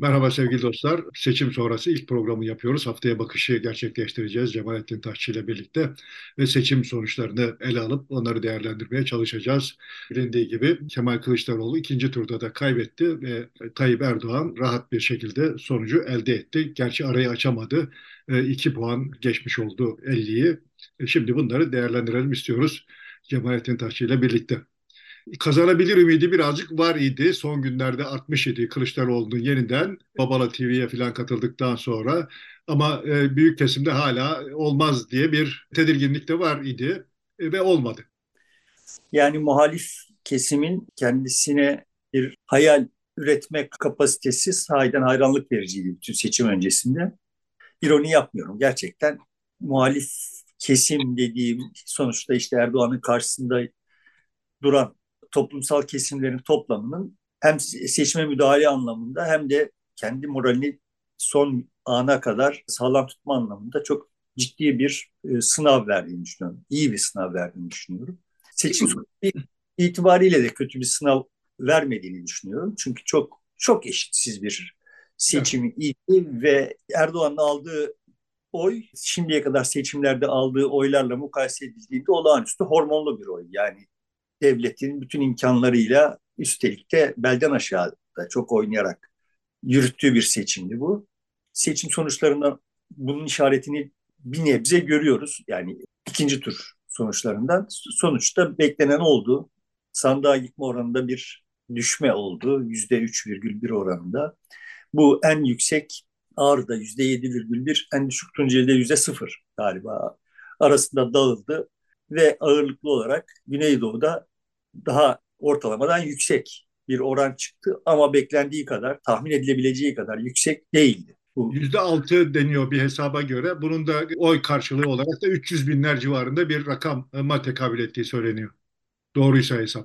Merhaba sevgili dostlar. Seçim sonrası ilk programı yapıyoruz. Haftaya bakışı gerçekleştireceğiz Cemalettin Taşçı ile birlikte ve seçim sonuçlarını ele alıp onları değerlendirmeye çalışacağız. Bilindiği gibi Kemal Kılıçdaroğlu ikinci turda da kaybetti ve Tayyip Erdoğan rahat bir şekilde sonucu elde etti. Gerçi arayı açamadı. 2 puan geçmiş oldu 50'yi. Şimdi bunları değerlendirelim istiyoruz Cemalettin Taşçı ile birlikte. Kazanabilir ümidi birazcık var idi. Son günlerde artmış idi Kılıçdaroğlu'nun yeniden Babala TV'ye falan katıldıktan sonra. Ama büyük kesimde hala olmaz diye bir tedirginlik de var idi ve olmadı. Yani muhalif kesimin kendisine bir hayal üretme kapasitesi sahiden hayranlık vericiydi bütün seçim öncesinde. İroni yapmıyorum. Gerçekten muhalif kesim dediğim sonuçta işte Erdoğan'ın karşısında duran toplumsal kesimlerin toplamının hem seçime müdahale anlamında hem de kendi moralini son ana kadar sağlam tutma anlamında çok ciddi bir sınav verdiğini düşünüyorum. İyi bir sınav verdiğini düşünüyorum. Seçim itibariyle de kötü bir sınav vermediğini düşünüyorum. Çünkü çok eşitsiz bir Evet. seçimi idi ve Erdoğan'ın aldığı oy şimdiye kadar seçimlerde aldığı oylarla mukayese edildiğinde olağanüstü hormonlu bir oy. Yani devletin bütün imkanlarıyla üstelik de belden aşağıda çok oynayarak yürüttüğü bir seçimdi bu. Seçim sonuçlarından bunun işaretini bir nebze görüyoruz. Yani ikinci tur sonuçlarından. Sonuçta beklenen oldu. Sandığa gitme oranında bir düşme oldu. %3,1 oranında. Bu en yüksek Ağrı'da %7,1, en düşük Tunceli'de %0 galiba arasında dağıldı ve ağırlıklı olarak Güneydoğu'da daha ortalamadan yüksek bir oran çıktı ama beklendiği kadar, tahmin edilebileceği kadar yüksek değildi. Bu %6 deniyor bir hesaba göre. Bunun da oy karşılığı olarak da 300 binler civarında bir rakama tekabül ettiği söyleniyor. Doğruysa hesap.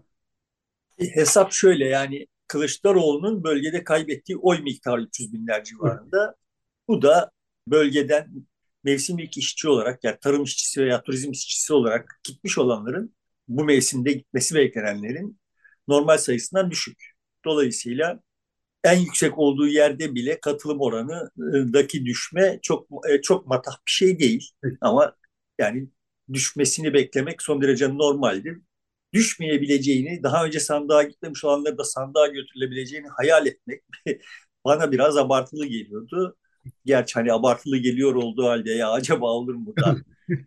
hesap şöyle, yani Kılıçdaroğlu'nun bölgede kaybettiği oy miktarı 300 binler Evet. civarında. Bu da bölgeden mevsimlik işçi olarak, yani tarım işçisi veya turizm işçisi olarak gitmiş olanların, bu mevsimde gitmesi beklenenlerin normal sayısından düşük. Dolayısıyla en yüksek olduğu yerde bile katılım oranındaki düşme çok matah bir şey değil. Ama yani düşmesini beklemek son derece normaldir. Düşmeyebileceğini, daha önce sandığa gitmemiş olanları da sandığa götürülebileceğini hayal etmek bana biraz abartılı geliyordu. Gerçi hani abartılı geliyor olduğu halde ya acaba olur mu da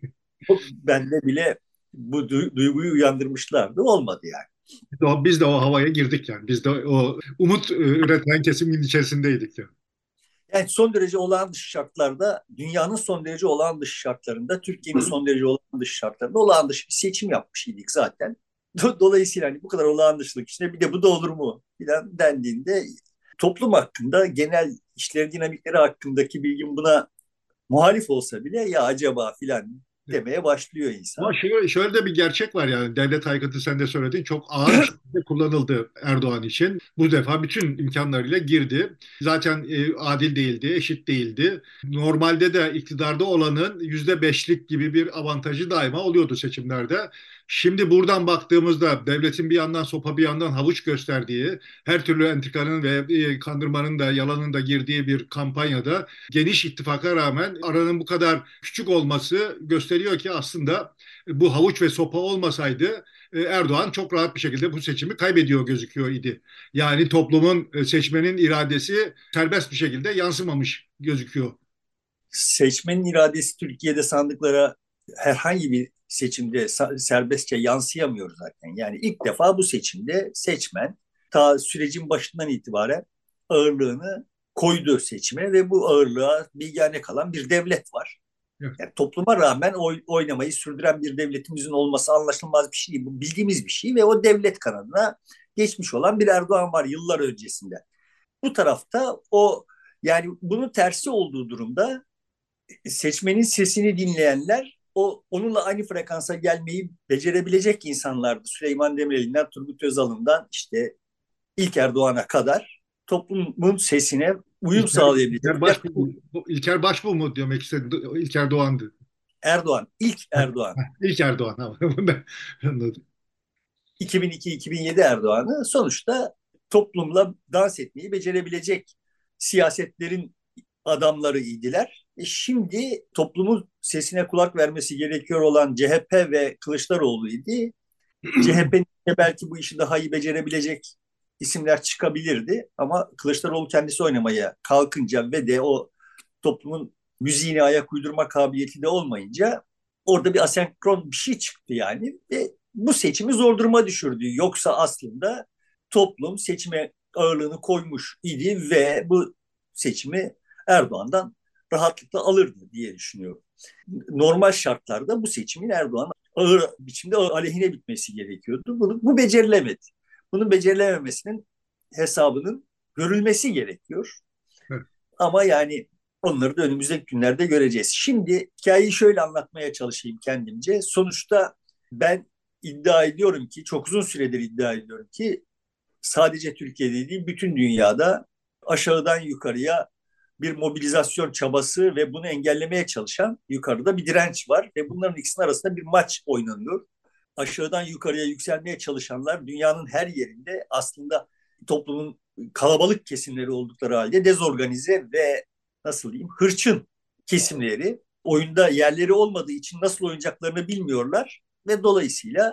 bende bile bu duyguyu uyandırmışlardı. Olmadı yani. Biz de o havaya girdik yani. Biz de o umut üreten kesimin içerisindeydik yani. Yani son derece olağan dışı şartlarda, dünyanın son derece olağan dışı şartlarında, Türkiye'nin son derece olağan dışı şartlarında olağan dışı bir seçim yapmış idik zaten. Dolayısıyla hani bu kadar olağan dışılık içinde bir de bu da olur mu filan dendiğinde toplum hakkında, genel işler dinamikleri hakkındaki bilgim buna muhalif olsa bile ya acaba filan demeye başlıyor Ama insan. şöyle de bir gerçek var yani devlet aygıtı sen de söyledin çok ağır bir şekilde kullanıldı Erdoğan için. Bu defa bütün imkanlarıyla girdi. Zaten adil değildi, eşit değildi. Normalde de iktidarda olanın %5'lik gibi bir avantajı daima oluyordu seçimlerde. Şimdi buradan baktığımızda devletin bir yandan sopa bir yandan havuç gösterdiği, her türlü entrikanın ve kandırmanın da yalanın da girdiği bir kampanyada geniş ittifaka rağmen aranın bu kadar küçük olması gösteriyor ki aslında bu havuç ve sopa olmasaydı Erdoğan çok rahat bir şekilde bu seçimi kaybediyor gözüküyor idi. Yani toplumun, seçmenin iradesi serbest bir şekilde yansımamış gözüküyor. Seçmenin iradesi Türkiye'de sandıklara herhangi bir seçimde serbestçe yansıyamıyor zaten. Yani ilk defa bu seçimde seçmen ta sürecin başından itibaren ağırlığını koydu seçime ve bu ağırlığa bilgâne kalan bir devlet var. Evet. Yani topluma rağmen oynamayı sürdüren bir devletimizin olması anlaşılmaz bir şey değil. Bu bildiğimiz bir şey ve o devlet kanadına geçmiş olan bir Erdoğan var yıllar öncesinde. Bu tarafta o, yani bunun tersi olduğu durumda seçmenin sesini dinleyenler onunla aynı frekansa gelmeyi becerebilecek insanlardı. Süleyman Demirel'inden Turgut Özal'ından işte İlk Erdoğan'a kadar toplumun sesine uyum İlker sağlayabilecekler. İlker Başbuğ mu demek istedi? İlker Doğan'dı. Erdoğan, ilk Erdoğan, İlk Erdoğan ama anladım. 2002-2007 Erdoğan'ı sonuçta toplumla dans etmeyi becerebilecek siyasetlerin adamları idiler. Şimdi toplumun sesine kulak vermesi gerekiyor olan CHP ve Kılıçdaroğlu idi. CHP'nin belki bu işi daha iyi becerebilecek isimler çıkabilirdi ama Kılıçdaroğlu kendisi oynamaya kalkınca ve de o toplumun müziğine ayak uydurma kabiliyeti de olmayınca orada bir asenkron bir şey çıktı yani ve bu seçimi zor duruma düşürdü. Yoksa aslında toplum seçime ağırlığını koymuş idi ve bu seçimi Erdoğan'dan rahatlıkla alırdı diye düşünüyorum. Normal şartlarda bu seçimin Erdoğan ağır biçimde aleyhine bitmesi gerekiyordu. Bu becerilemedi. Bunun becerilememesinin hesabının görülmesi gerekiyor. Ama yani onları da önümüzdeki günlerde göreceğiz. Şimdi hikayeyi şöyle anlatmaya çalışayım kendimce. Sonuçta ben iddia ediyorum ki, çok uzun süredir iddia ediyorum ki sadece Türkiye'de değil bütün dünyada aşağıdan yukarıya bir mobilizasyon çabası ve bunu engellemeye çalışan yukarıda bir direnç var ve bunların ikisinin arasında bir maç oynanıyor. Aşağıdan yukarıya yükselmeye çalışanlar dünyanın her yerinde aslında toplumun kalabalık kesimleri oldukları halde dezorganize ve nasıl diyeyim hırçın kesimleri oyunda yerleri olmadığı için nasıl oynayacaklarını bilmiyorlar ve dolayısıyla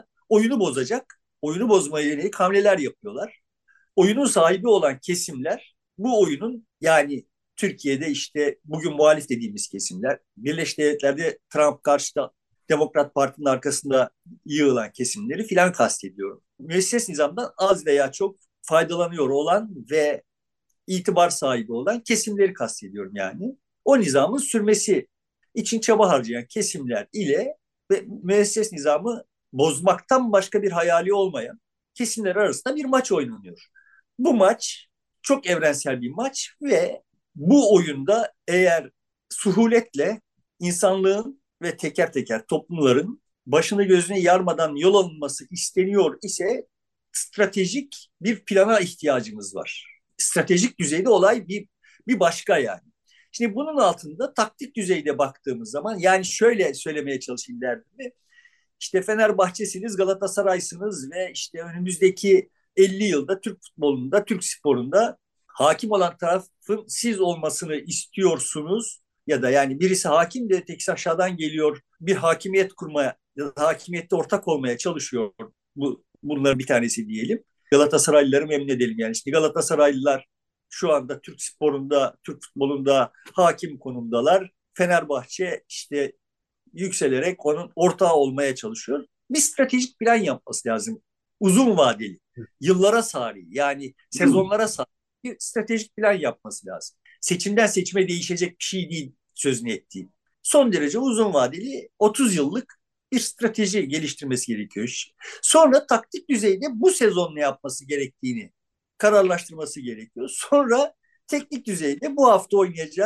oyunu bozmaya yönelik hamleler yapıyorlar. Oyunun sahibi olan kesimler bu oyunun yani Türkiye'de işte bugün muhalif dediğimiz kesimler, Birleşik Devletler'de Trump karşıtı Demokrat Parti'nin arkasında yığılan kesimleri filan kastediyorum. Müesses nizamdan az veya çok faydalanıyor olan ve itibar sahibi olan kesimleri kastediyorum yani. O nizamın sürmesi için çaba harcayan kesimler ile ve müesses nizamı bozmaktan başka bir hayali olmayan kesimler arasında bir maç oynanıyor. Bu maç çok evrensel bir maç ve bu oyunda eğer suhuletle insanlığın ve teker teker toplumların başını gözüne yarmadan yol alınması isteniyor ise stratejik bir plana ihtiyacımız var. Stratejik düzeyde olay bir başka yani. Şimdi bunun altında taktik düzeyde baktığımız zaman yani şöyle söylemeye çalışayım derdimi. İşte Fenerbahçe'siniz, Galatasaray'sınız ve işte önümüzdeki 50 yılda Türk futbolunda, Türk sporunda hakim olan tarafın siz olmasını istiyorsunuz ya da yani birisi hakim de ötekisi aşağıdan geliyor bir hakimiyet kurmaya ya da hakimiyette ortak olmaya çalışıyor. Bunların bir tanesi diyelim. Galatasaraylıları memnun edelim yani. İşte Galatasaraylılar şu anda Türk sporunda, Türk futbolunda hakim konumdalar. Fenerbahçe işte yükselerek onun ortağı olmaya çalışıyor. Bir stratejik plan yapması lazım. Uzun vadeli, yıllara sari yani sezonlara sari bir stratejik plan yapması lazım. Seçimden seçime değişecek bir şey değil sözünü ettiğim. Son derece uzun vadeli 30 yıllık bir strateji geliştirmesi gerekiyor. Sonra taktik düzeyde bu sezon ne yapması gerektiğini kararlaştırması gerekiyor. Sonra teknik düzeyde bu hafta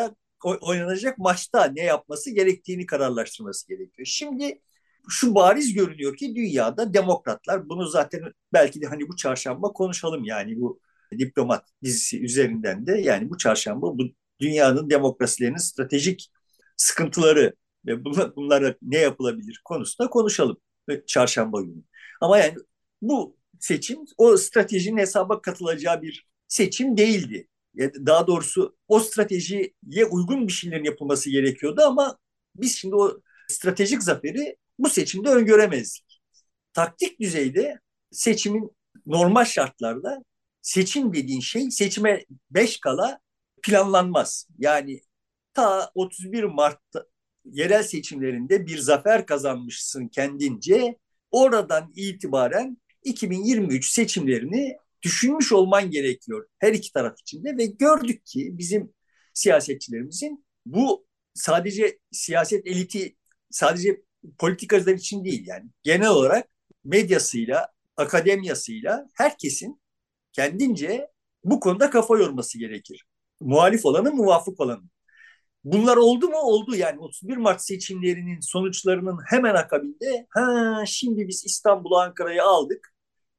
oynanacak maçta ne yapması gerektiğini kararlaştırması gerekiyor. Şimdi şu bariz görünüyor ki dünyada demokratlar bunu zaten belki de hani bu çarşamba konuşalım yani bu Diplomat dizisi üzerinden de yani bu çarşamba bu dünyanın demokrasilerinin stratejik sıkıntıları ve bunlara ne yapılabilir konusunda konuşalım çarşamba günü. Ama yani bu seçim o stratejinin hesaba katılacağı bir seçim değildi. Daha doğrusu o stratejiye uygun bir şeylerin yapılması gerekiyordu ama biz şimdi o stratejik zaferi bu seçimde öngöremezdik. Taktik düzeyde seçimin normal şartlarda seçim dediğin şey seçime 5 kala planlanmaz. Yani ta 31 Mart'ta yerel seçimlerinde bir zafer kazanmışsın kendince oradan itibaren 2023 seçimlerini düşünmüş olman gerekiyor her iki taraf için de ve gördük ki bizim siyasetçilerimizin bu sadece siyaset eliti sadece politikacılar için değil yani genel olarak medyasıyla, akademiyasıyla herkesin kendince bu konuda kafa yorması gerekir. Muhalif olanı, muvafık olanı. Bunlar oldu mu? Oldu yani 31 Mart seçimlerinin sonuçlarının hemen akabinde şimdi biz İstanbul'u Ankara'yı aldık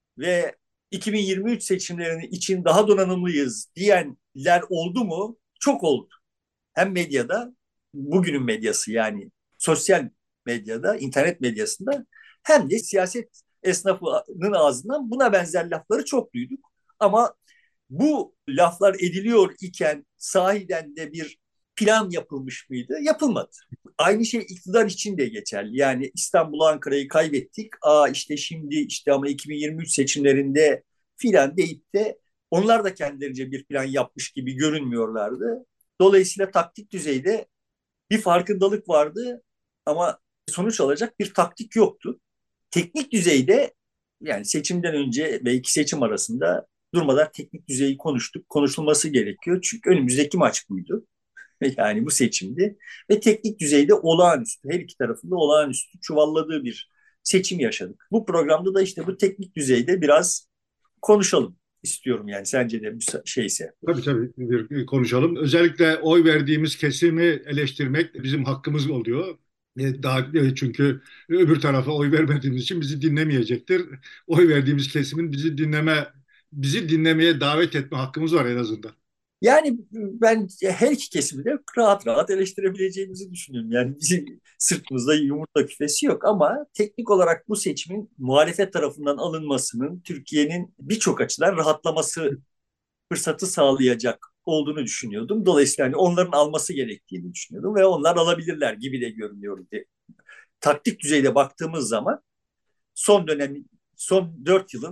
ve 2023 seçimlerinin için daha donanımlıyız diyenler oldu mu? Çok oldu. Hem medyada, bugünün medyası yani sosyal medyada, internet medyasında hem de siyaset esnafının ağzından buna benzer lafları çok duyduk. Ama Bu laflar ediliyor iken sahiden de bir plan yapılmış mıydı? Yapılmadı. Aynı şey iktidar için de geçerli. Yani İstanbul, Ankara'yı kaybettik. İşte şimdi işte ama 2023 seçimlerinde filan deyip de onlar da kendilerince bir plan yapmış gibi görünmüyorlardı. Dolayısıyla taktik düzeyde bir farkındalık vardı ama sonuç alacak bir taktik yoktu. Teknik düzeyde yani seçimden önce ve iki seçim arasında durmadan teknik düzeyi konuştuk. Konuşulması gerekiyor. Çünkü önümüzdeki maç buydu. Yani bu seçimdi. Ve teknik düzeyde olağanüstü, her iki tarafında olağanüstü çuvalladığı bir seçim yaşadık. Bu programda da işte bu teknik düzeyde biraz konuşalım istiyorum yani sence de bu şeyse. Tabii tabii bir konuşalım. Özellikle oy verdiğimiz kesimi eleştirmek bizim hakkımız oluyor. Çünkü öbür tarafa oy vermediğimiz için bizi dinlemeyecektir. Oy verdiğimiz kesimin bizi dinlemeye davet etme hakkımız var en azından. Yani ben her iki kesimi de rahat rahat eleştirebileceğimizi düşünüyorum. Yani bizim sırtımızda yumurta küfesi yok ama teknik olarak bu seçimin muhalefet tarafından alınmasının Türkiye'nin birçok açıdan rahatlaması fırsatı sağlayacak olduğunu düşünüyordum. Dolayısıyla hani onların alması gerektiğini düşünüyordum ve onlar alabilirler gibi de görünüyordu. Taktik düzeyde baktığımız zaman son dönem son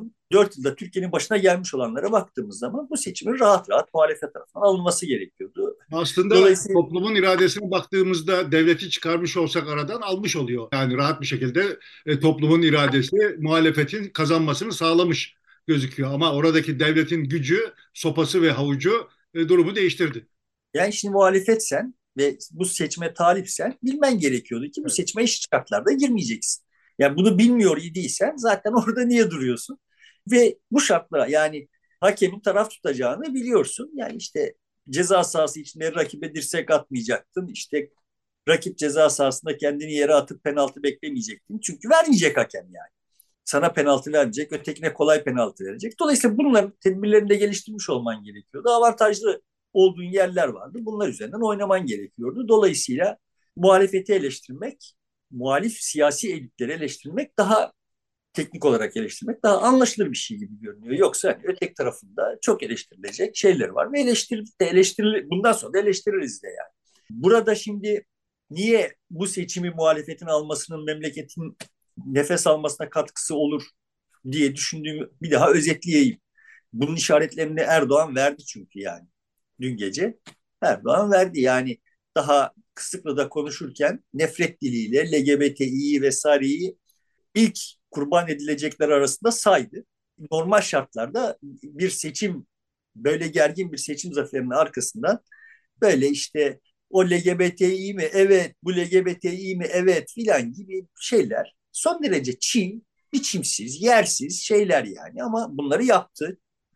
4 yılda Türkiye'nin başına gelmiş olanlara baktığımız zaman bu seçimin rahat rahat muhalefet tarafından alınması gerekiyordu. Aslında Dolayısıyla toplumun iradesine baktığımızda devleti çıkarmış olsak aradan almış oluyor. Yani rahat bir şekilde toplumun iradesi muhalefetin kazanmasını sağlamış gözüküyor. Ama oradaki devletin gücü, sopası ve havucu durumu değiştirdi. yani şimdi muhalefetsen ve bu seçime talipsen bilmen gerekiyordu ki bu Evet. seçime eşit şartlarda girmeyeceksin. Yani bunu bilmiyor idiysen zaten orada niye duruyorsun? Ve bu şartlara yani hakemin taraf tutacağını biliyorsun. Yani işte ceza sahası içinde rakibe dirsek atmayacaktın. İşte rakip ceza sahasında kendini yere atıp penaltı beklemeyecektin. Çünkü vermeyecek hakem yani. Sana penaltı verecek, ötekine kolay penaltı verecek. Dolayısıyla bunların tedbirlerini de geliştirmiş olman gerekiyordu. Avantajlı olduğun yerler vardı. Bunlar üzerinden oynaman gerekiyordu. Dolayısıyla muhalefeti eleştirmek, muhalif siyasi elitleri eleştirmek daha teknik olarak eleştirmek daha anlaşılır bir şey gibi görünüyor. Yoksa hani öteki tarafında çok eleştirilecek şeyler var ve eleştirdik de bundan sonra da eleştiririz de yani. Burada şimdi niye bu seçimi muhalefetin almasının memleketin nefes almasına katkısı olur diye düşündüğümü bir daha özetleyeyim. Bunun işaretlerini Erdoğan verdi çünkü yani. Dün gece Erdoğan verdi yani daha Kısıklı'da konuşurken nefret diliyle LGBTİ vesaireyi ilk kurban edilecekler arasında saydı. Normal şartlarda bir seçim böyle gergin bir seçim zaferinin arkasından böyle işte o LGBTİ mi? Evet. Bu LGBTİ mi? Evet filan gibi şeyler. Son derece çiğ, biçimsiz, yersiz şeyler yani ama bunları yaptı.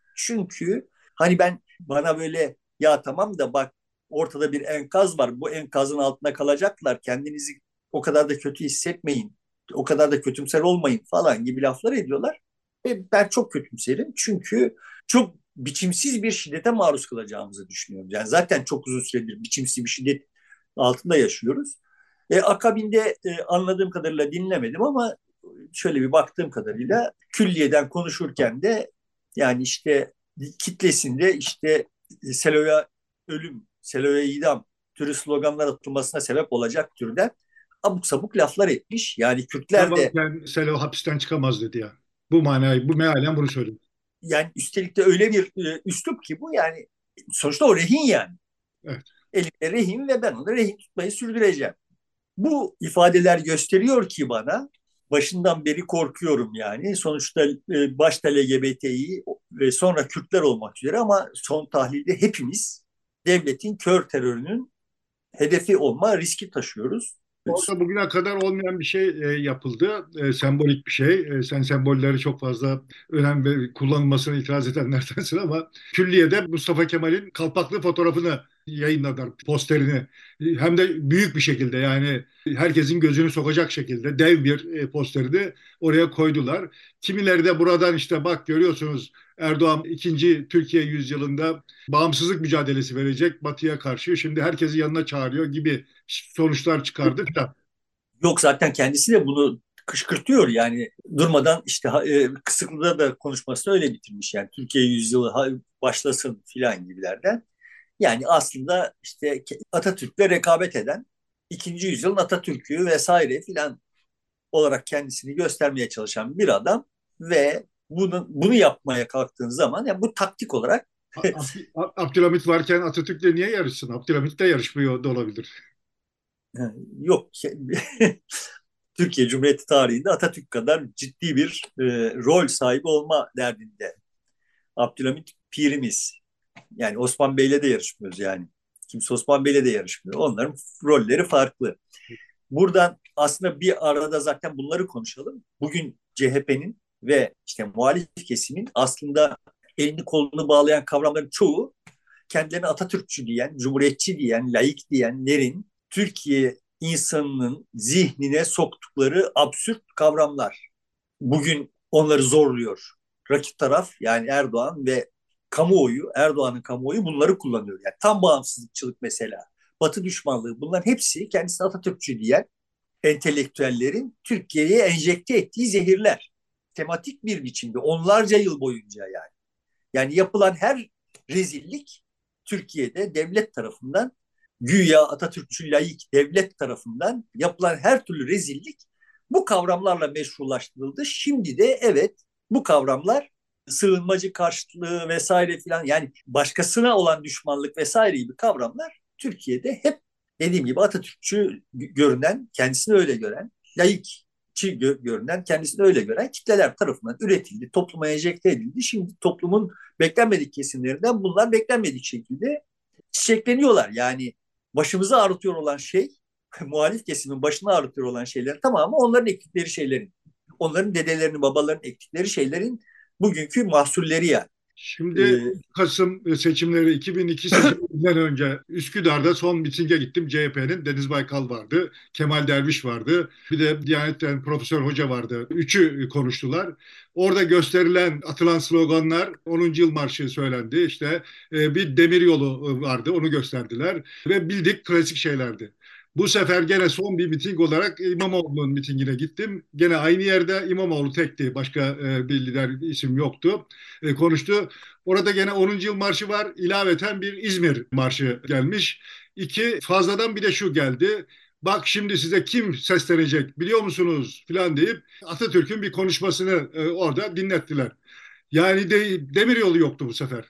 Çünkü hani bana böyle ya tamam da bak ortada bir enkaz var. Bu enkazın altında kalacaklar. Kendinizi o kadar da kötü hissetmeyin. O kadar da kötümser olmayın falan gibi laflar ediyorlar. Ve ben çok kötümserim. Çünkü çok biçimsiz bir şiddete maruz kalacağımızı düşünüyorum. Yani zaten çok uzun süredir biçimsiz bir şiddet altında yaşıyoruz. Akabinde anladığım kadarıyla dinlemedim ama şöyle bir baktığım kadarıyla külliyeden konuşurken de yani işte kitlesinde işte Selo'ya ölüm, Selo'ya idam türü sloganlar atılmasına sebep olacak türden abuk sabuk laflar etmiş. Yani Ben Kürtler de varken Selo hapisten çıkamaz dedi ya. Bu manayı, bu mealen bunu söylüyor. yani üstelik de öyle bir üslup ki bu yani sonuçta o rehin yani. Evet. Elimde rehin ve ben onu rehin tutmayı sürdüreceğim. Bu ifadeler gösteriyor ki bana başından beri korkuyorum yani. Sonuçta başta LGBTİ ve sonra Kürtler olmak üzere ama son tahlilde hepimiz devletin kör terörünün hedefi olma riski taşıyoruz. Orada bugüne kadar olmayan bir şey yapıldı. Sembolik bir şey. Sen sembolleri çok fazla kullanılmasına itiraz edenlerdensin ama külliyede Mustafa Kemal'in kalpaklı fotoğrafını yayınladılar, posterini. Hem de büyük bir şekilde yani herkesin gözünü sokacak şekilde dev bir posterini oraya koydular. Kimileri de buradan işte bak görüyorsunuz Erdoğan ikinci Türkiye yüzyılında bağımsızlık mücadelesi verecek Batı'ya karşı. Şimdi herkesi yanına çağırıyor gibi sonuçlar çıkardı falan. Yok zaten kendisi de bunu kışkırtıyor yani durmadan işte Kısıklı'da da konuşmasını öyle bitirmiş yani Türkiye yüzyılı başlasın filan gibilerden. Yani aslında işte Atatürk'le rekabet eden ikinci yüzyılın Atatürk'ü vesaire filan olarak kendisini göstermeye çalışan bir adam ve bunu yapmaya kalktığın zaman yani bu taktik olarak Abdülhamit varken Atatürk'le niye yarışsın? Abdülhamit de yarışmıyor da olabilir. yok. Türkiye Cumhuriyeti tarihinde Atatürk kadar ciddi bir rol sahibi olma derdinde. Abdülhamit pirimiz. Yani Osman Bey'le de yarışmıyoruz yani. Kimse Osman Bey'le de yarışmıyor. Onların rolleri farklı. Buradan aslında bir arada zaten bunları konuşalım. Bugün CHP'nin ve işte muhalif kesimin aslında elini kolunu bağlayan kavramların çoğu kendilerini Atatürkçü diyen, Cumhuriyetçi diyen, laik diyenlerin Türkiye insanının zihnine soktukları absürt kavramlar. Bugün onları zorluyor. Rakip taraf yani Erdoğan ve kamuoyu, Erdoğan'ın kamuoyu bunları kullanıyor. Yani tam bağımsızlıkçılık mesela, Batı düşmanlığı bunların hepsi kendisini Atatürkçü diyen entelektüellerin Türkiye'ye enjekte ettiği zehirler. Tematik bir biçimde onlarca yıl boyunca yani. Yani yapılan her rezillik Türkiye'de devlet tarafından güya Atatürkçü laik devlet tarafından yapılan her türlü rezillik bu kavramlarla meşrulaştırıldı. Şimdi de evet bu kavramlar sığınmacı karşıtlığı vesaire filan yani başkasına olan düşmanlık vesaire gibi kavramlar Türkiye'de hep dediğim gibi Atatürkçü görünen, kendisini öyle gören, laikçi görünen, kendisini öyle gören kitleler tarafından üretildi, topluma enjekte edildi. Şimdi toplumun beklenmedik kesimlerinden bunlar beklenmedik şekilde çiçekleniyorlar. Yani başımızı ağrıtıyor olan şey, muhalif kesimin başını ağrıtıyor olan şeylerin tamamı onların ektikleri şeylerin. Onların dedelerinin, babalarının ektikleri şeylerin bugünkü mahsulleri yani. Şimdi Ee, Kasım seçimleri 2002 seçimlerinden önce Üsküdar'da son mitinge gittim. CHP'nin Deniz Baykal vardı, Kemal Derviş vardı. Bir de Diyanet'ten Profesör Hoca vardı. Üçü konuştular. Orada gösterilen, atılan sloganlar 10. yıl marşı söylendi. İşte bir demir yolu vardı, onu gösterdiler. Ve bildik klasik şeylerdi. Bu sefer gene son bir miting olarak İmamoğlu'nun mitingine gittim. Gene aynı yerde İmamoğlu tekti. Başka bir lider isim yoktu. Konuştu. Orada gene 10. yıl marşı var. İlaveten bir İzmir marşı gelmiş. İki fazladan bir de şu geldi. Bak şimdi size kim seslenecek biliyor musunuz filan deyip Atatürk'ün bir konuşmasını orada dinlettiler. Yani demiryolu yoktu bu sefer.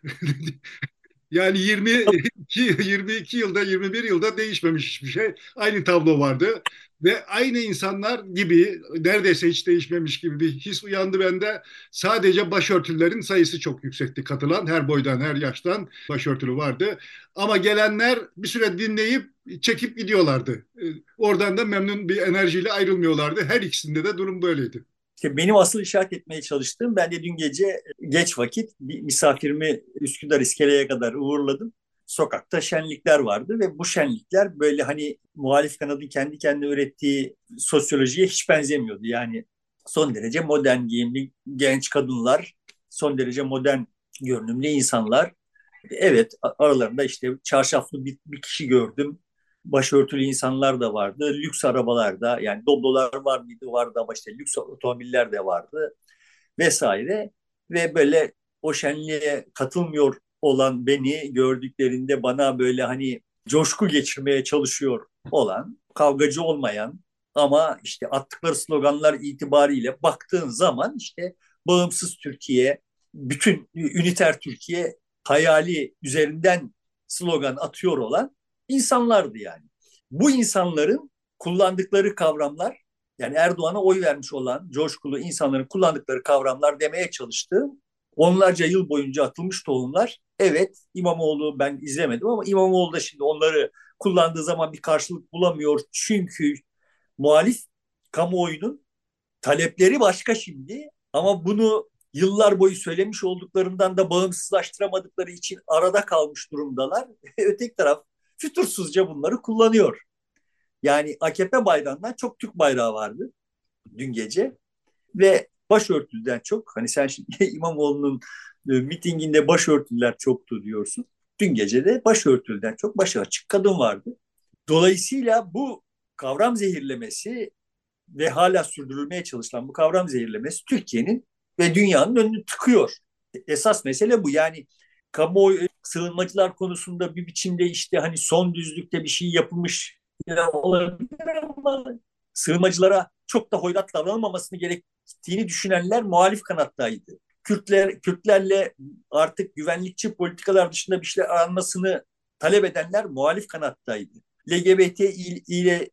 Yani 22 yılda 21 yılda değişmemiş hiçbir şey. Aynı tablo vardı ve aynı insanlar gibi neredeyse hiç değişmemiş gibi bir his uyandı bende. Sadece başörtülerin sayısı çok yüksekti katılan. Her boydan her yaştan başörtülü vardı. Ama gelenler bir süre dinleyip çekip gidiyorlardı. Oradan da memnun bir enerjiyle ayrılmıyorlardı. Her ikisinde de durum böyleydi. İşte benim asıl işaret etmeye çalıştığım ben de dün gece geç vakit bir misafirimi Üsküdar İskele'ye kadar uğurladım. Sokakta şenlikler vardı ve bu şenlikler böyle hani muhalif kanadın kendi kendine ürettiği sosyolojiye hiç benzemiyordu. Yani son derece modern giyimli genç kadınlar, son derece modern görünümlü insanlar. Evet aralarında işte çarşaflı bir kişi gördüm. Başörtülü insanlar da vardı. Lüks arabalar da yani Doblo'lar var mıydı? Vardı ama işte lüks otomobiller de vardı vesaire. Ve böyle o şenliğe katılmıyor olan beni gördüklerinde bana böyle hani coşku geçirmeye çalışıyor olan, kavgacı olmayan ama işte attıkları sloganlar itibariyle baktığın zaman işte bağımsız Türkiye, bütün üniter Türkiye hayali üzerinden slogan atıyor olan insanlardı yani. Bu insanların kullandıkları kavramlar yani Erdoğan'a oy vermiş olan coşkulu insanların kullandıkları kavramlar demeye çalıştığım onlarca yıl boyunca atılmış tohumlar. Evet İmamoğlu ben izlemedim ama İmamoğlu da şimdi onları kullandığı zaman bir karşılık bulamıyor. Çünkü muhalif kamuoyunun talepleri başka şimdi ama bunu yıllar boyu söylemiş olduklarından da bağımsızlaştıramadıkları için arada kalmış durumdalar. Öteki taraf fütursuzca bunları kullanıyor. Yani AKP bayrağından çok Türk bayrağı vardı dün gece ve başörtüden çok hani sen şimdi İmamoğlu'nun mitinginde başörtüler çoktu diyorsun. Dün gece de başörtüden çok başı açık kadın vardı. Dolayısıyla bu kavram zehirlemesi ve hala sürdürülmeye çalışılan bu kavram zehirlemesi Türkiye'nin ve dünyanın önünü tıkıyor. Esas mesele bu. Yani kamuoyu sığınmacılar konusunda bir biçimde işte hani son düzlükte bir şey yapılmış olabilir ama sığınmacılara çok da hoyrat davranılmamasını gerektiğini düşünenler muhalif kanattaydı. Kürtlerle artık güvenlikçi politikalar dışında bir şeyler aranmasını talep edenler muhalif kanattaydı. LGBT ile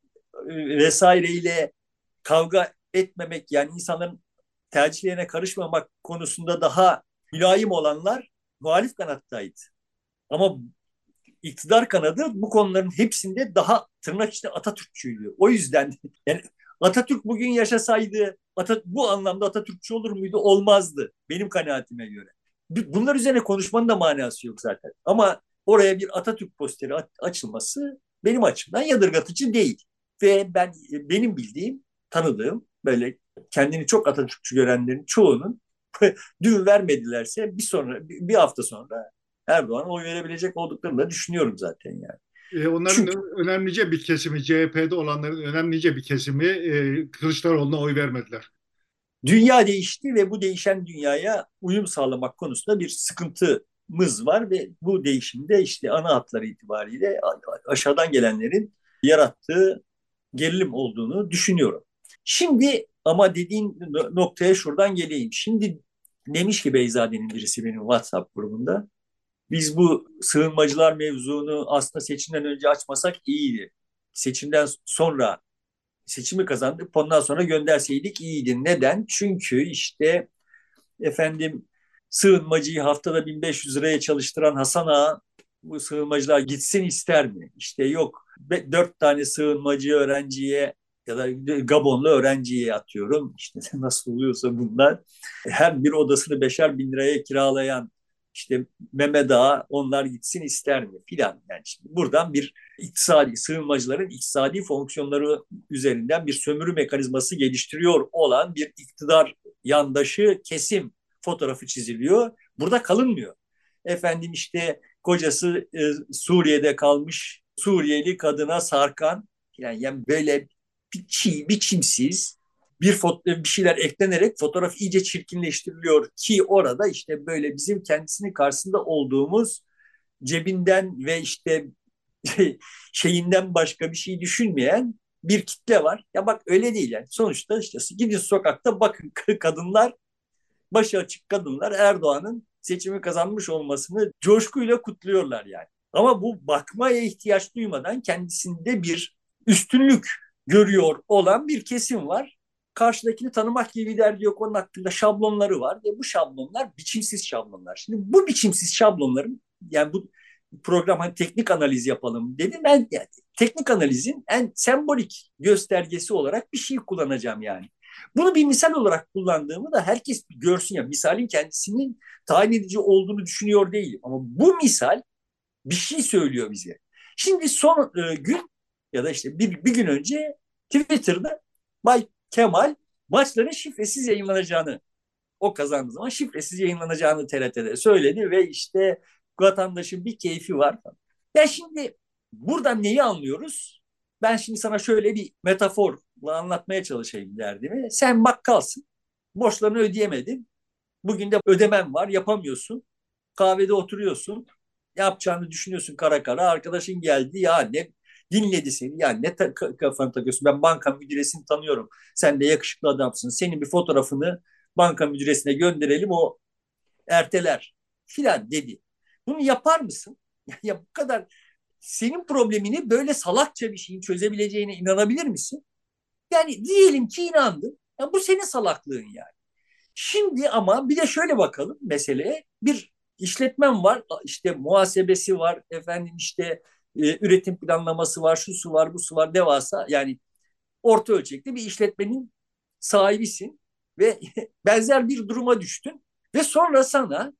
vesaireyle kavga etmemek, yani insanların tercihlerine karışmamak konusunda daha mülayim olanlar muhalif kanattaydı. Ama iktidar kanadı bu konuların hepsinde daha tırnak içinde Atatürkçüydü. O yüzden yani Atatürk bugün yaşasaydı bu anlamda Atatürkçü olur muydu? Olmazdı benim kanaatime göre. Bunlar üzerine konuşmanın da manası yok zaten. Ama oraya bir Atatürk posteri açılması benim açımdan yadırgatıcı değil. Ve benim bildiğim, tanıdığım böyle kendini çok Atatürkçü görenlerin çoğunun düğün vermedilerse bir hafta sonra Erdoğan'a oy verebilecek olduklarını da düşünüyorum zaten yani. Onların Çünkü önemlice bir kesimi, CHP'de olanların önemlice bir kesimi Kılıçdaroğlu'na oy vermediler. dünya değişti ve bu değişen dünyaya uyum sağlamak konusunda bir sıkıntımız var ve bu değişimde işte ana hatları itibariyle aşağıdan gelenlerin yarattığı gerilim olduğunu düşünüyorum. Şimdi ama dediğin noktaya şuradan geleyim. Şimdi demiş ki Beyzade'nin birisi benim WhatsApp grubunda. Biz bu sığınmacılar mevzunu aslında seçimden önce açmasak iyiydi. Seçimden sonra seçimi kazandık. Ondan sonra gönderseydik iyiydi. Neden? Çünkü işte efendim sığınmacıyı haftada 1.500 liraya çalıştıran Hasan Ağa bu sığınmacılar gitsin ister mi? İşte yok 4 tane sığınmacı öğrenciye ya da Gabonlu öğrenciye atıyorum. İşte nasıl oluyorsa bunlar. Her bir odasını 5'er bin liraya kiralayan işte Mehmet Ağa onlar gitsin ister mi filan. Yani şimdi buradan bir sığınmacıların iktisadi fonksiyonları üzerinden bir sömürü mekanizması geliştiriyor olan bir iktidar yandaşı kesim fotoğrafı çiziliyor. Burada kalınmıyor. Efendim işte kocası Suriye'de kalmış Suriyeli kadına sarkan yani böyle biçimsiz bir şeyler eklenerek fotoğraf iyice çirkinleştiriliyor ki orada işte böyle bizim kendisinin karşısında olduğumuz cebinden ve işte şeyinden başka bir şey düşünmeyen bir kitle var. Ya bak öyle değil yani. Sonuçta işte gidin sokakta bakın kadınlar başı açık kadınlar Erdoğan'ın seçimi kazanmış olmasını coşkuyla kutluyorlar yani. Ama bu bakmaya ihtiyaç duymadan kendisinde bir üstünlük görüyor olan bir kesim var. Karşıdakini tanımak gibi bir derdi yok. Onun hakkında şablonları var ve bu şablonlar biçimsiz şablonlar. Şimdi bu biçimsiz şablonların yani bu program hani teknik analiz yapalım dedim. Ben yani, teknik analizin en sembolik göstergesi olarak bir şey kullanacağım yani. Bunu bir misal olarak kullandığımı da herkes görsün ya. Misalin kendisinin tayin edici olduğunu düşünüyor değilim. Ama bu misal bir şey söylüyor bize. Şimdi son gün ya da işte bir gün önce Twitter'da Bay Kemal maçların şifresiz yayınlanacağını o kazandığı zaman şifresiz yayınlanacağını TRT'de söyledi ve işte vatandaşın bir keyfi var. Ya şimdi buradan neyi anlıyoruz? Ben şimdi sana şöyle bir metaforla anlatmaya çalışayım derdimi. Sen bakkalsın, borçlarını ödeyemedin. Bugün de ödemen var, yapamıyorsun. Kahvede oturuyorsun. Ne yapacağını düşünüyorsun kara kara. Arkadaşın geldi ya ne dinledi seni. Ya ne kafanı takıyorsun. Ben banka müdüresini tanıyorum. Sen de yakışıklı adamsın. Senin bir fotoğrafını banka müdüresine gönderelim o erteler filan dedi. Bunu yapar mısın? Ya bu kadar senin problemini böyle salakça bir şeyin çözebileceğine inanabilir misin? Yani diyelim ki inandın. Ya bu senin salaklığın yani. Şimdi ama bir de şöyle bakalım meseleye. Bir işletmen var, işte muhasebesi var, efendim işte üretim planlaması var, şu su var, bu su var, devasa yani orta ölçekli bir işletmenin sahibisin ve benzer bir duruma düştün ve sonra sana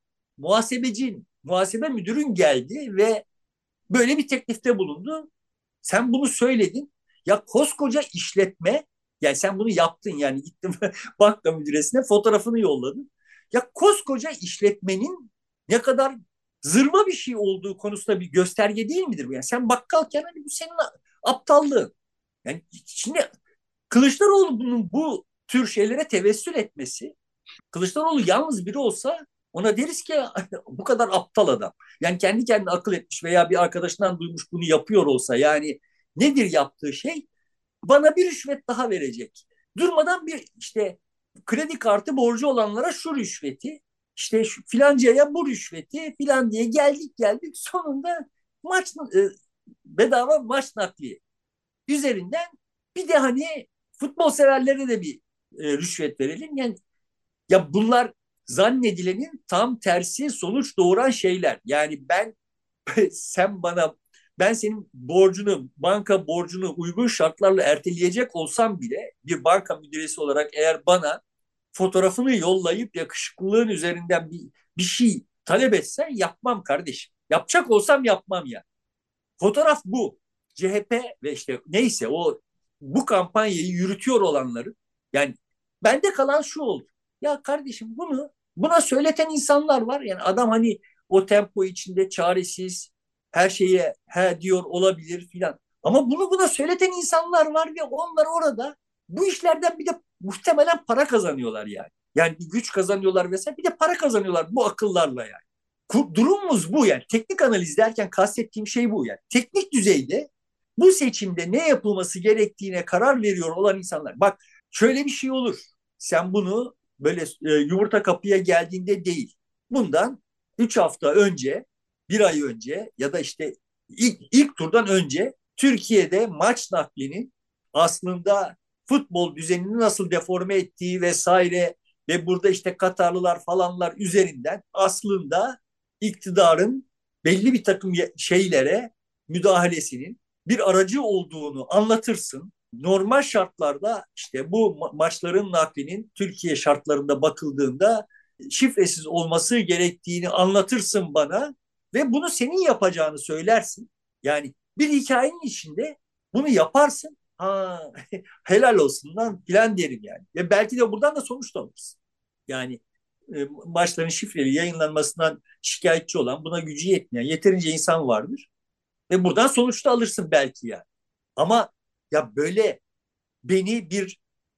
muhasebe müdürün geldi ve böyle bir teklifte bulundu. Sen bunu söyledin. Ya koskoca işletme, yani sen bunu yaptın yani gittin banka müdüresine fotoğrafını yolladın. Ya koskoca işletmenin ne kadar zırva bir şey olduğu konusunda bir gösterge değil midir bu? Yani sen bakkalken hani bu senin aptallığın. Yani şimdi Kılıçdaroğlu'nun bu tür şeylere tevessül etmesi, Kılıçdaroğlu yalnız biri olsa ona deriz ki bu kadar aptal adam. Yani kendi kendine akıl etmiş veya bir arkadaşından duymuş bunu yapıyor olsa, yani nedir yaptığı şey? Bana bir rüşvet daha verecek. Durmadan bir işte kredi kartı borcu olanlara şu rüşveti, işte şu filancaya bu rüşveti filan diye geldik sonunda maç bedava maç nakli üzerinden bir de hani futbol severlere de bir rüşvet verelim. Yani ya bunlar zannedilenin tam tersi sonuç doğuran şeyler. Yani sen bana ben senin borcunu, banka borcunu uygun şartlarla erteleyecek olsam bile bir banka müdüresi olarak eğer bana fotoğrafını yollayıp yakışıklılığın üzerinden bir şey talep etsen yapmam kardeşim. Yapacak olsam yapmam ya. Fotoğraf bu. CHP ve işte neyse o bu kampanyayı yürütüyor olanların, yani bende kalan şu oldu. Ya kardeşim buna söyleten insanlar var. Yani adam hani o tempo içinde çaresiz her şeye he diyor olabilir filan. Ama buna söyleten insanlar var ve onlar orada bu işlerden bir de muhtemelen para kazanıyorlar yani. Yani bir güç kazanıyorlar vesaire, bir de para kazanıyorlar bu akıllarla yani. Durumumuz bu yani. Teknik analiz derken kastettiğim şey bu yani. Teknik düzeyde bu seçimde ne yapılması gerektiğine karar veriyor olan insanlar. Bak şöyle bir şey olur. Sen bunu böyle yumurta kapıya geldiğinde değil. Bundan 3 hafta önce, bir ay önce ya da işte ilk turdan önce Türkiye'de maç naklinin aslında futbol düzenini nasıl deforme ettiği vesaire ve burada işte Katarlılar falanlar üzerinden aslında iktidarın belli bir takım şeylere müdahalesinin bir aracı olduğunu anlatırsın. Normal şartlarda işte bu maçların naklinin Türkiye şartlarında bakıldığında şifresiz olması gerektiğini anlatırsın bana ve bunu senin yapacağını söylersin. Yani bir hikayenin içinde bunu yaparsın. Ha, helal olsun lan filan derim yani. Ve belki de buradan da sonuç da alırsın. Yani maçların şifreli yayınlanmasından şikayetçi olan, buna gücü yetmeyen yeterince insan vardır. Ve buradan sonuçta alırsın belki yani. Ama ya böyle beni bir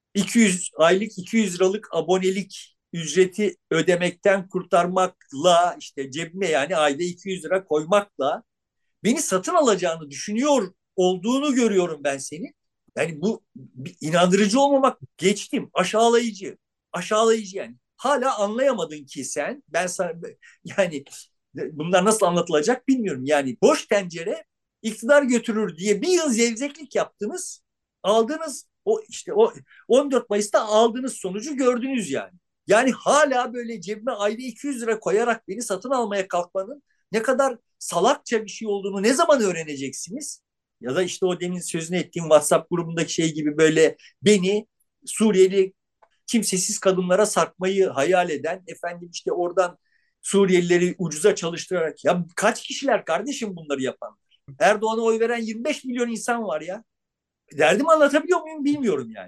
200 liralık abonelik ücreti ödemekten kurtarmakla, işte cebime yani ayda 200 lira koymakla beni satın alacağını düşünüyor olduğunu görüyorum ben senin. Yani bu inandırıcı olmamak, geçtim, aşağılayıcı. Aşağılayıcı yani. Hala anlayamadın ki sen. Ben sana yani bunlar nasıl anlatılacak bilmiyorum. Yani boş tencere iktidar götürür diye bir yıl zevzeklik yaptınız. Aldığınız o işte o 14 Mayıs'ta aldığınız sonucu gördünüz yani. Yani hala böyle cebime ayda 200 lira koyarak beni satın almaya kalkmanın ne kadar salakça bir şey olduğunu ne zaman öğreneceksiniz? Ya da işte o demin sözünü ettiğim WhatsApp grubundaki şey gibi böyle beni Suriyeli kimsesiz kadınlara sarkmayı hayal eden, efendim işte oradan Suriyelileri ucuza çalıştırarak, ya kaç kişiler kardeşim bunları yapan? Erdoğan'a oy veren 25 milyon insan var ya. Derdimi anlatabiliyor muyum bilmiyorum yani.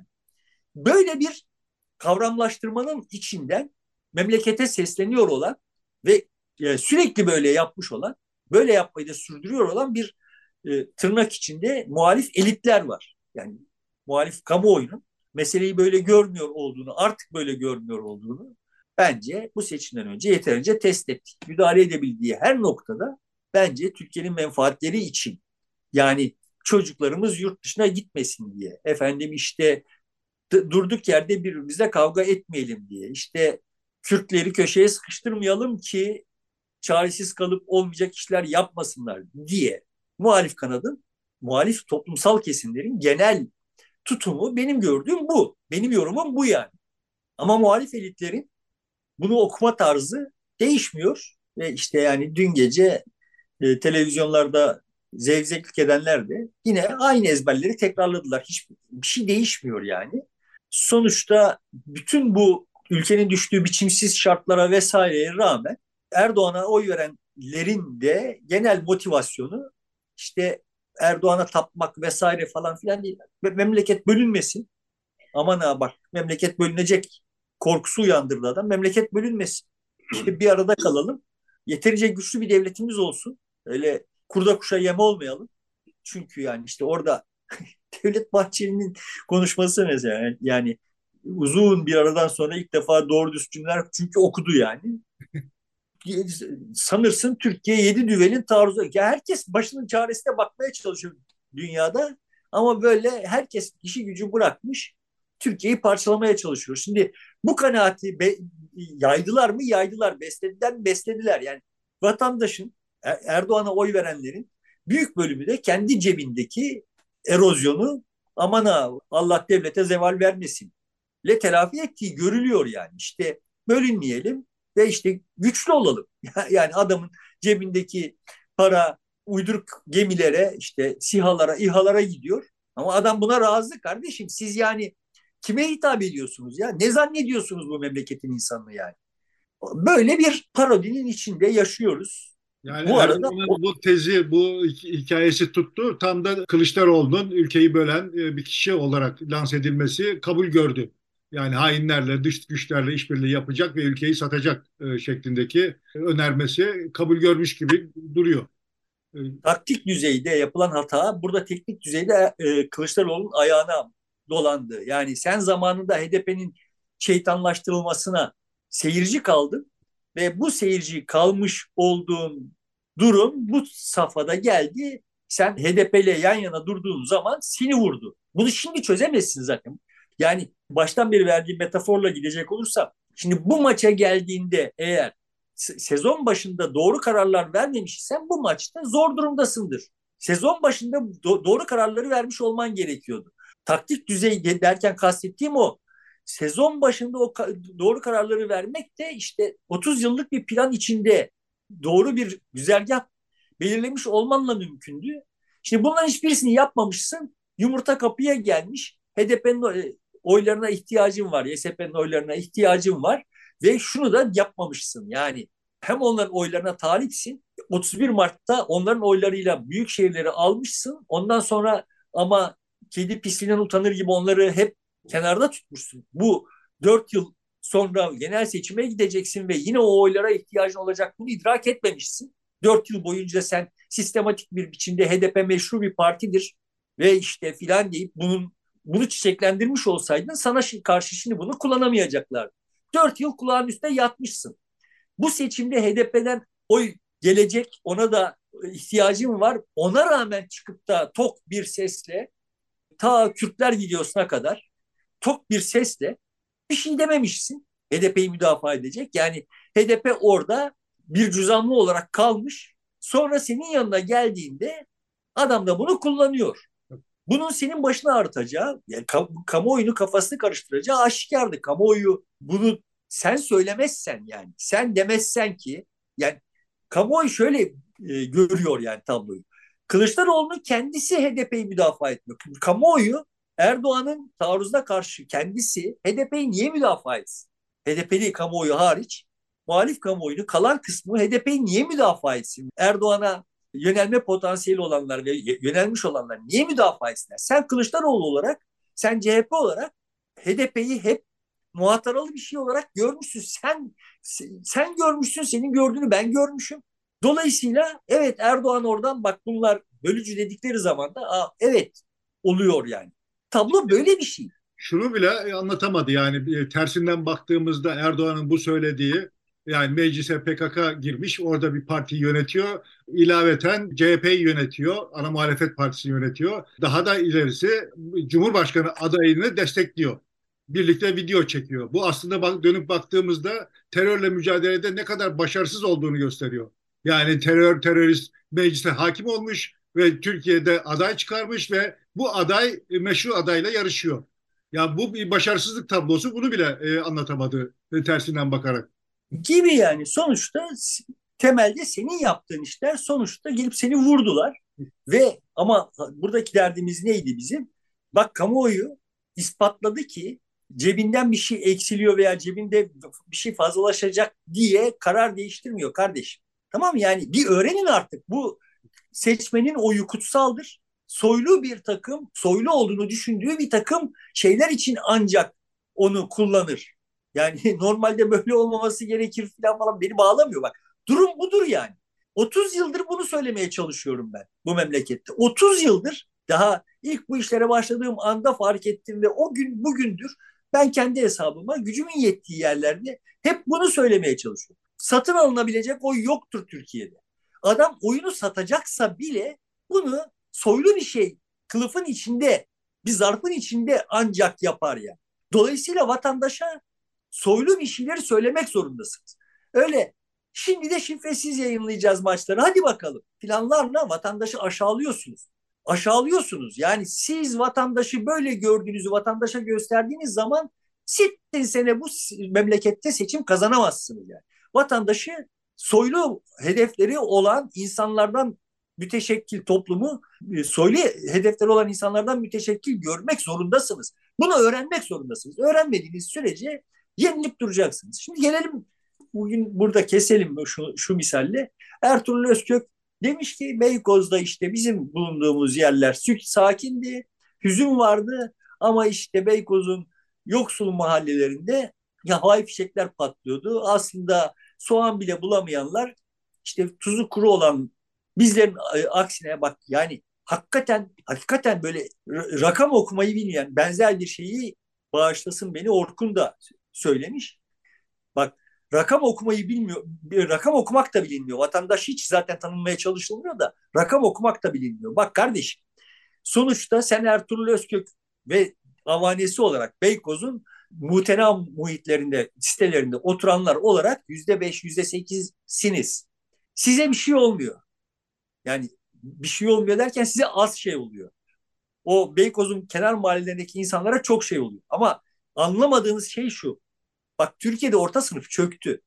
Böyle bir kavramlaştırmanın içinden memlekete sesleniyor olan ve sürekli böyle yapmış olan, böyle yapmayı da sürdürüyor olan bir tırnak içinde muhalif elitler var. Yani muhalif kamuoyunun meseleyi böyle görmüyor olduğunu, artık böyle görmüyor olduğunu bence bu seçimden önce yeterince test ettik. Müdahale edebildiği her noktada bence Türkiye'nin menfaatleri için, yani çocuklarımız yurt dışına gitmesin diye, efendim işte durduk yerde birbirimizle kavga etmeyelim diye, işte Kürtleri köşeye sıkıştırmayalım ki çaresiz kalıp olmayacak işler yapmasınlar diye muhalif kanadın, muhalif toplumsal kesimlerin genel tutumu benim gördüğüm bu. Benim yorumum bu yani. Ama muhalif elitlerin bunu okuma tarzı değişmiyor. Ve işte yani dün gece televizyonlarda zevzeklik edenler de yine aynı ezberleri tekrarladılar. Hiçbir şey değişmiyor yani. Sonuçta bütün bu ülkenin düştüğü biçimsiz şartlara vesaireye rağmen Erdoğan'a oy verenlerin de genel motivasyonu işte Erdoğan'a tapmak vesaire falan filan değil. Memleket bölünmesin. Aman ha bak, memleket bölünecek korkusu uyandırdı adam. Memleket bölünmesin. İşte bir arada kalalım. Yeterince güçlü bir devletimiz olsun. Öyle kurda kuşa yem olmayalım. Çünkü yani işte orada Devlet Bahçeli'nin konuşması mesela, yani uzun bir aradan sonra ilk defa doğru düz cümleler, çünkü okudu yani. Sanırsın Türkiye yedi düvelin taarruzu. Ya herkes başının çaresine bakmaya çalışıyor dünyada, ama böyle herkes işi gücü bırakmış Türkiye'yi parçalamaya çalışıyor. Şimdi bu kanaati yaydılar mı? Yaydılar. Beslediler mi? Beslediler. Yani vatandaşın, Erdoğan'a oy verenlerin büyük bölümü de kendi cebindeki erozyonu, aman ha Allah devlete zeval vermesin le telafi ettiği görülüyor yani. İşte bölünmeyelim ve işte güçlü olalım. Yani adamın cebindeki para uyduruk gemilere, işte SİHA'lara, İHA'lara gidiyor. Ama adam buna razı kardeşim. Siz yani kime hitap ediyorsunuz ya? Ne zannediyorsunuz bu memleketin insanını yani? Böyle bir parodinin içinde yaşıyoruz. Yani Bu arada Erdoğan'ın bu tezi, bu hikayesi tuttu. Tam da Kılıçdaroğlu'nun ülkeyi bölen bir kişi olarak lanse edilmesi kabul gördü. Yani hainlerle, dış güçlerle işbirliği yapacak ve ülkeyi satacak şeklindeki önermesi kabul görmüş gibi duruyor. E, taktik düzeyde yapılan hata burada teknik düzeyde Kılıçdaroğlu'nun ayağına dolandı. Yani sen zamanında HDP'nin şeytanlaştırılmasına seyirci kaldın ve bu seyirci kalmış olduğun durum bu safhada geldi. Sen HDP ile yan yana durduğun zaman seni vurdu. Bunu şimdi çözemezsin zaten. Yani baştan beri verdiğim metaforla gidecek olursam, şimdi bu maça geldiğinde eğer sezon başında doğru kararlar vermemişsen bu maçta zor durumdasındır. Sezon başında doğru kararları vermiş olman gerekiyordu. Taktik düzey derken kastettiğim o. Sezon başında o doğru kararları vermek de işte 30 yıllık bir plan içinde doğru bir güzergah belirlemiş olmanla mümkündü. Şimdi bunların hiçbirisini yapmamışsın. Yumurta kapıya gelmiş. HDP'nin oylarına ihtiyacın var. YSP'nin oylarına ihtiyacın var. Ve şunu da yapmamışsın. Yani hem onların oylarına talipsin. 31 Mart'ta onların oylarıyla büyük şehirleri almışsın. Ondan sonra ama kedi pisliğinden utanır gibi onları hep kenarda tutmuşsun. Bu 4 yıl sonra genel seçime gideceksin ve yine o oylara ihtiyacın olacak, bunu idrak etmemişsin. 4 yıl boyunca sen sistematik bir biçimde HDP meşru bir partidir ve işte filan deyip bunu çiçeklendirmiş olsaydın sana karşı şimdi bunu kullanamayacaklar. 4 yıl kulağın üstüne yatmışsın. Bu seçimde HDP'den oy gelecek, ona da ihtiyacım var. Ona rağmen çıkıp da tok bir sesle, ta Kürtler videosuna kadar tok bir sesle bir şey dememişsin HDP'yi müdafaa edecek. Yani HDP orada bir cüzamlı olarak kalmış. Sonra senin yanına geldiğinde adam da bunu kullanıyor. Bunun senin başına artacağı, yani kamuoyunu kafasını karıştıracağı aşikardı. Kamuoyu bunu sen söylemezsen, yani sen demezsen ki, yani kamuoyu şöyle görüyor yani tabloyu. Kılıçdaroğlu'nun kendisi HDP'yi müdafaa etmiyor. Kamuoyu Erdoğan'ın taarruzuna karşı kendisi HDP'yi niye müdafaa etsin? HDP'li kamuoyu hariç muhalif kamuoyunu kalan kısmı HDP'yi niye müdafaa etsin? Erdoğan'a yönelme potansiyeli olanlar ve yönelmiş olanlar niye müdafaa etsinler? Sen Kılıçdaroğlu olarak, sen CHP olarak HDP'yi hep muhataralı bir şey olarak görmüşsün. Sen görmüşsün, senin gördüğünü ben görmüşüm. Dolayısıyla evet, Erdoğan oradan bak bunlar bölücü dedikleri zaman da evet oluyor yani. Tablo böyle bir şey. Şunu bile anlatamadı yani tersinden baktığımızda Erdoğan'ın bu söylediği, yani meclise PKK girmiş, orada bir parti yönetiyor. İlaveten CHP'yi yönetiyor, ana muhalefet partisini yönetiyor. Daha da ilerisi Cumhurbaşkanı adayını destekliyor. Birlikte video çekiyor. Bu aslında dönüp baktığımızda terörle mücadelede ne kadar başarısız olduğunu gösteriyor. Yani terörist meclise hakim olmuş ve Türkiye'de aday çıkarmış ve bu aday meşru adayla yarışıyor. Ya bu bir başarısızlık tablosu, bunu bile anlatamadı tersinden bakarak. Gibi yani, sonuçta temelde senin yaptığın işler sonuçta gelip seni vurdular ve ama buradaki derdimiz neydi bizim? Bak, kamuoyu ispatladı ki cebinden bir şey eksiliyor veya cebinde bir şey fazlalaşacak diye karar değiştirmiyor kardeşim. Tamam mı? Yani bir öğrenin artık, bu seçmenin oyu kutsaldır. Soylu bir takım, soylu olduğunu düşündüğü bir takım şeyler için ancak onu kullanır. Yani normalde böyle olmaması gerekir falan beni bağlamıyor bak. Durum budur yani. 30 yıldır bunu söylemeye çalışıyorum ben bu memlekette. 30 yıldır, daha İlk bu işlere başladığım anda fark ettim ve o gün bugündür ben kendi hesabıma gücümün yettiği yerlerde hep bunu söylemeye çalışıyorum. Satın alınabilecek oy yoktur Türkiye'de. Adam oyunu satacaksa bile bunu soylu bir şey, kılıfın içinde, bir zarfın içinde ancak yapar ya. Dolayısıyla vatandaşa soylu bir şeyleri söylemek zorundasınız. Öyle şimdi de şifresiz yayınlayacağız maçları. Hadi bakalım. Planlarla vatandaşı aşağılıyorsunuz. Aşağılıyorsunuz. Yani siz vatandaşı böyle gördüğünüzü vatandaşa gösterdiğiniz zaman sittin sene bu memlekette seçim kazanamazsınız yani. Vatandaşı soylu hedefleri olan insanlardan müteşekkil toplumu soylu hedefleri olan insanlardan müteşekkil görmek zorundasınız. Bunu öğrenmek zorundasınız. Öğrenmediğiniz sürece yenilip duracaksınız. Şimdi gelelim bugün burada keselim şu misalle. Ertuğrul Özkök demiş ki Beykoz'da işte bizim bulunduğumuz yerler sakindi, hüzün vardı ama işte Beykoz'un yoksul mahallelerinde ya havai fişekler patlıyordu. Aslında soğan bile bulamayanlar işte tuzu kuru olan bizlerin aksine bak yani hakikaten böyle rakam okumayı bilmeyen benzer bir şeyi bağışlasın beni Orkun da söylemiş. Bak rakam okumayı bilmiyor. Rakam okumak da bilinmiyor. Vatandaş hiç zaten tanınmaya çalışılmıyor da rakam okumak da bilinmiyor. Bak kardeşim sonuçta sen Ertuğrul Özkök ve avanesi olarak Beykoz'un mutena muhitlerinde, sitelerinde oturanlar olarak %5, %8'siniz. Size bir şey olmuyor. Yani bir şey olmuyor derken size az şey oluyor. O Beykoz'un kenar mahallelerindeki insanlara çok şey oluyor. Ama anlamadığınız şey şu. Bak Türkiye'de orta sınıf çöktü.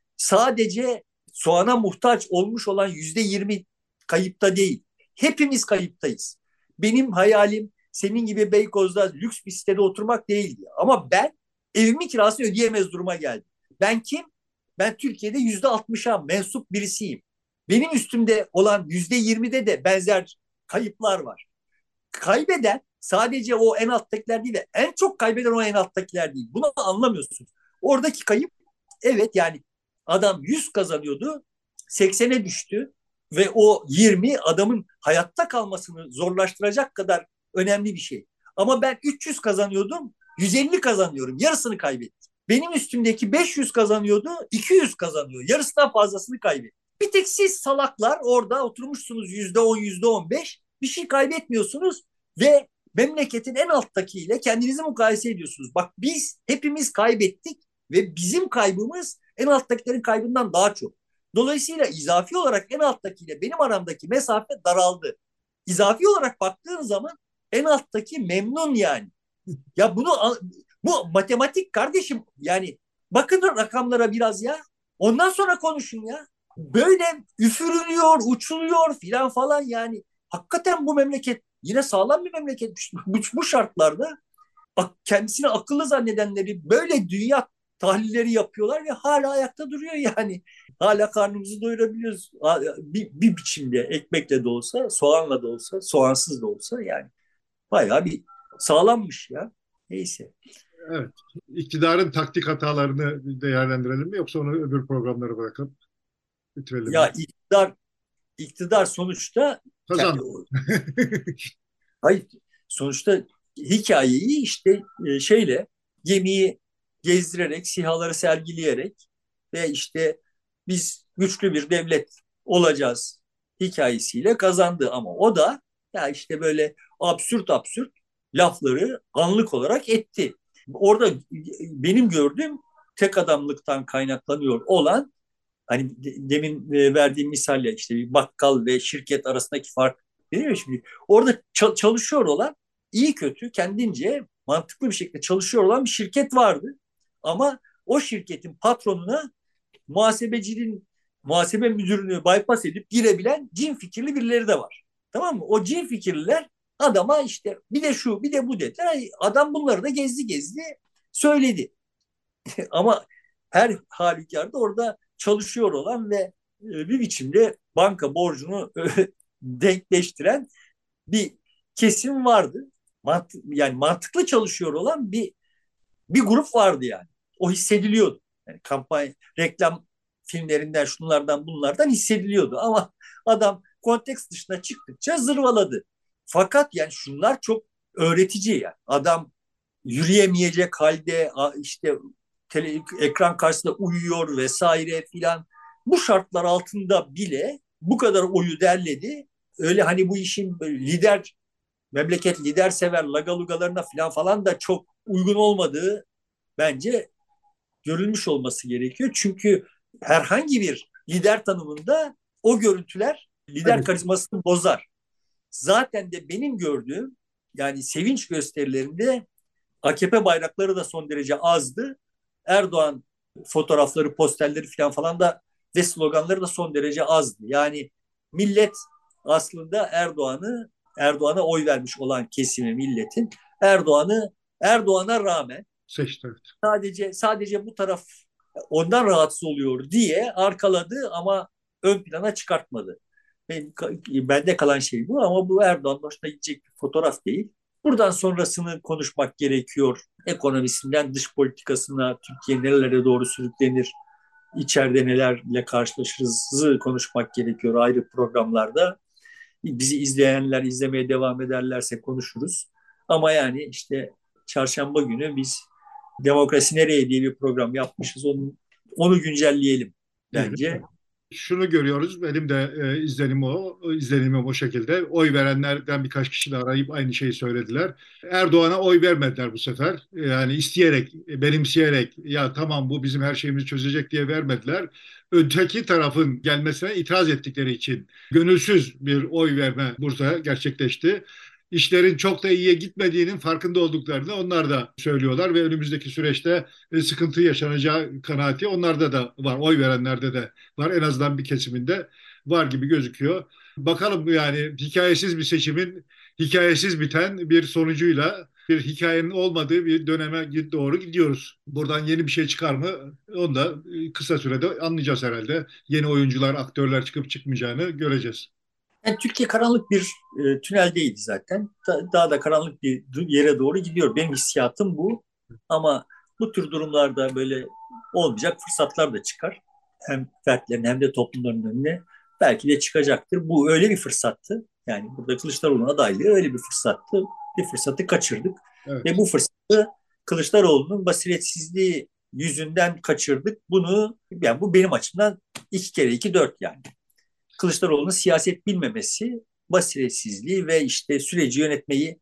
Sadece soğana muhtaç olmuş olan %20 kayıpta değil. Hepimiz kayıptayız. Benim hayalim senin gibi Beykoz'da lüks bir sitede oturmak değildi. Ama ben evimin kirasını ödeyemez duruma geldim. Ben kim? Ben Türkiye'de %60'a mensup birisiyim. Benim üstümde olan %20'de de benzer kayıplar var. Kaybeden sadece o en alttakiler değil de en çok kaybeden o en alttakiler değil. Bunu anlamıyorsunuz. Oradaki kayıp evet yani adam 100 kazanıyordu 80'e düştü ve o 20 adamın hayatta kalmasını zorlaştıracak kadar önemli bir şey. Ama ben 300 kazanıyordum 150 kazanıyorum yarısını kaybettim. Benim üstümdeki 500 kazanıyordu 200 kazanıyor yarısından fazlasını kaybetti. Bir tek siz salaklar orada oturmuşsunuz %10 %15 bir şey kaybetmiyorsunuz ve memleketin en alttakiyle kendinizi mukayese ediyorsunuz. Bak biz hepimiz kaybettik ve bizim kaybımız en alttakilerin kaybından daha çok. Dolayısıyla izafi olarak en alttakiyle benim aramdaki mesafe daraldı. İzafi olarak baktığın zaman en alttaki memnun yani. Ya bu matematik kardeşim yani bakın rakamlara biraz ya. Ondan sonra konuşun ya. Böyle üfürülüyor, uçuluyor filan falan yani. Hakikaten bu memleket yine sağlam bir memleketmiş. Bu şartlarda kendisini akıllı zannedenleri böyle dünya tahlilleri yapıyorlar ve hala ayakta duruyor yani. Hala karnımızı doyurabiliyoruz. Bir biçimde ekmekle de olsa, soğanla da olsa, soğansız da olsa yani. Bayağı bir sağlammış ya. Neyse. Evet. İktidarın taktik hatalarını değerlendirelim mi yoksa onu öbür programlara bırakıp bitirelim mi? Ya iktidar sonuçta Kazandı. hayır sonuçta hikayeyi işte şeyle gemiyi gezdirerek, sihaları sergileyerek ve işte biz güçlü bir devlet olacağız hikayesiyle kazandı ama o da ya işte böyle absürt lafları anlık olarak etti. Orada benim gördüğüm tek adamlıktan kaynaklanıyor olan hani demin verdiğim misalle işte bir bakkal ve şirket arasındaki fark değil mi şimdi? Orada çalışıyor olan iyi kötü kendince mantıklı bir şekilde çalışıyor olan bir şirket vardı. Ama o şirketin patronuna muhasebecinin muhasebe müdürünü bypass edip girebilen cin fikirli birileri de var. Tamam mı? O cin fikirliler adama işte bir de şu bir de bu dediler. Adam bunları da gezdi söyledi. Ama her halükarda orada çalışıyor olan ve bir biçimde banka borcunu denkleştiren bir kesim vardı. Yani mantıklı çalışıyor olan bir grup vardı yani. O hissediliyordu. Yani kampanya, reklam filmlerinden, şunlardan bunlardan hissediliyordu. Ama adam konteks dışına çıktıkça zırvaladı. Fakat yani şunlar çok öğretici yani. Adam yürüyemeyecek halde işte ekran karşısında uyuyor vesaire filan. Bu şartlar altında bile bu kadar oyu derledi. Öyle hani bu işin lider, memleket lider sever lagalugalarına filan falan da çok uygun olmadığı bence görülmüş olması gerekiyor. Çünkü herhangi bir lider tanımında o görüntüler lider Tabii. karizmasını bozar. Zaten de benim gördüğüm yani sevinç gösterilerinde AKP bayrakları da son derece azdı. Erdoğan fotoğrafları, posterleri falan da ve sloganları da son derece azdı. Yani millet aslında Erdoğan'a oy vermiş olan kesimi milletin Erdoğan'a rağmen Seçti. Evet. sadece bu taraf ondan rahatsız oluyor diye arkaladı ama ön plana çıkartmadı. Bende kalan şey bu ama bu Erdoğan'ın hoşuna gidecek bir fotoğraf değil. Buradan sonrasını konuşmak gerekiyor. Ekonomisinden dış politikasına, Türkiye nerelere doğru sürüklenir, içeride nelerle karşılaşırızı konuşmak gerekiyor ayrı programlarda. Bizi izleyenler izlemeye devam ederlerse konuşuruz. Ama yani işte çarşamba günü biz Demokrasi Nereye diye bir program yapmışız. Onu güncelleyelim Diyelim. bence. Şunu görüyoruz. Benim de izlenimim o şekilde. Oy verenlerden birkaç kişi de arayıp aynı şeyi söylediler. Erdoğan'a oy vermediler bu sefer. Yani isteyerek, benimseyerek, ya tamam bu bizim her şeyimizi çözecek diye vermediler. Öteki tarafın gelmesine itiraz ettikleri için gönülsüz bir oy verme burada gerçekleşti. İşlerin çok da iyiye gitmediğinin farkında olduklarını onlar da söylüyorlar ve önümüzdeki süreçte sıkıntı yaşanacağı kanaati onlarda da var. Oy verenlerde de var. En azından bir kesiminde var gibi gözüküyor. Bakalım yani hikayesiz bir seçimin hikayesiz biten bir sonucuyla bir hikayenin olmadığı bir döneme doğru gidiyoruz. Buradan yeni bir şey çıkar mı? Onu da kısa sürede anlayacağız herhalde. Yeni oyuncular, aktörler çıkıp çıkmayacağını göreceğiz. Yani Türkiye karanlık bir tüneldeydi zaten. Daha da karanlık bir yere doğru gidiyor. Benim hissiyatım bu. Ama bu tür durumlarda böyle olmayacak fırsatlar da çıkar. Hem fertlerin hem de toplumların önüne belki de çıkacaktır. Bu öyle bir fırsattı. Yani burada Kılıçdaroğlu'nun adaylığı öyle bir fırsattı. Bir fırsatı kaçırdık. Ve Evet. bu fırsatı Kılıçdaroğlu'nun basiretsizliği yüzünden kaçırdık. Yani bu benim açımdan 2 kere 2 4 yani. Kılıçdaroğlu'nun siyaset bilmemesi, basiretsizliği ve işte süreci yönetmeyi,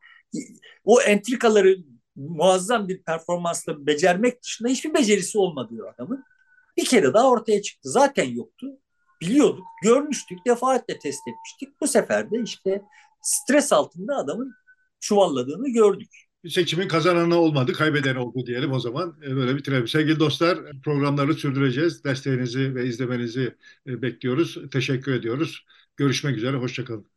o entrikaları muazzam bir performansla becermek dışında hiçbir becerisi olmadı adamın. Bir kere daha ortaya çıktı. Zaten yoktu. Biliyorduk, görmüştük, defaatle test etmiştik. Bu sefer de işte stres altında adamın çuvalladığını gördük. Seçimin kazananı olmadı, kaybedeni oldu diyelim o zaman. Böyle bitirelim. Sevgili dostlar, programları sürdüreceğiz. Desteğinizi ve izlemenizi bekliyoruz. Teşekkür ediyoruz. Görüşmek üzere, hoşça kalın.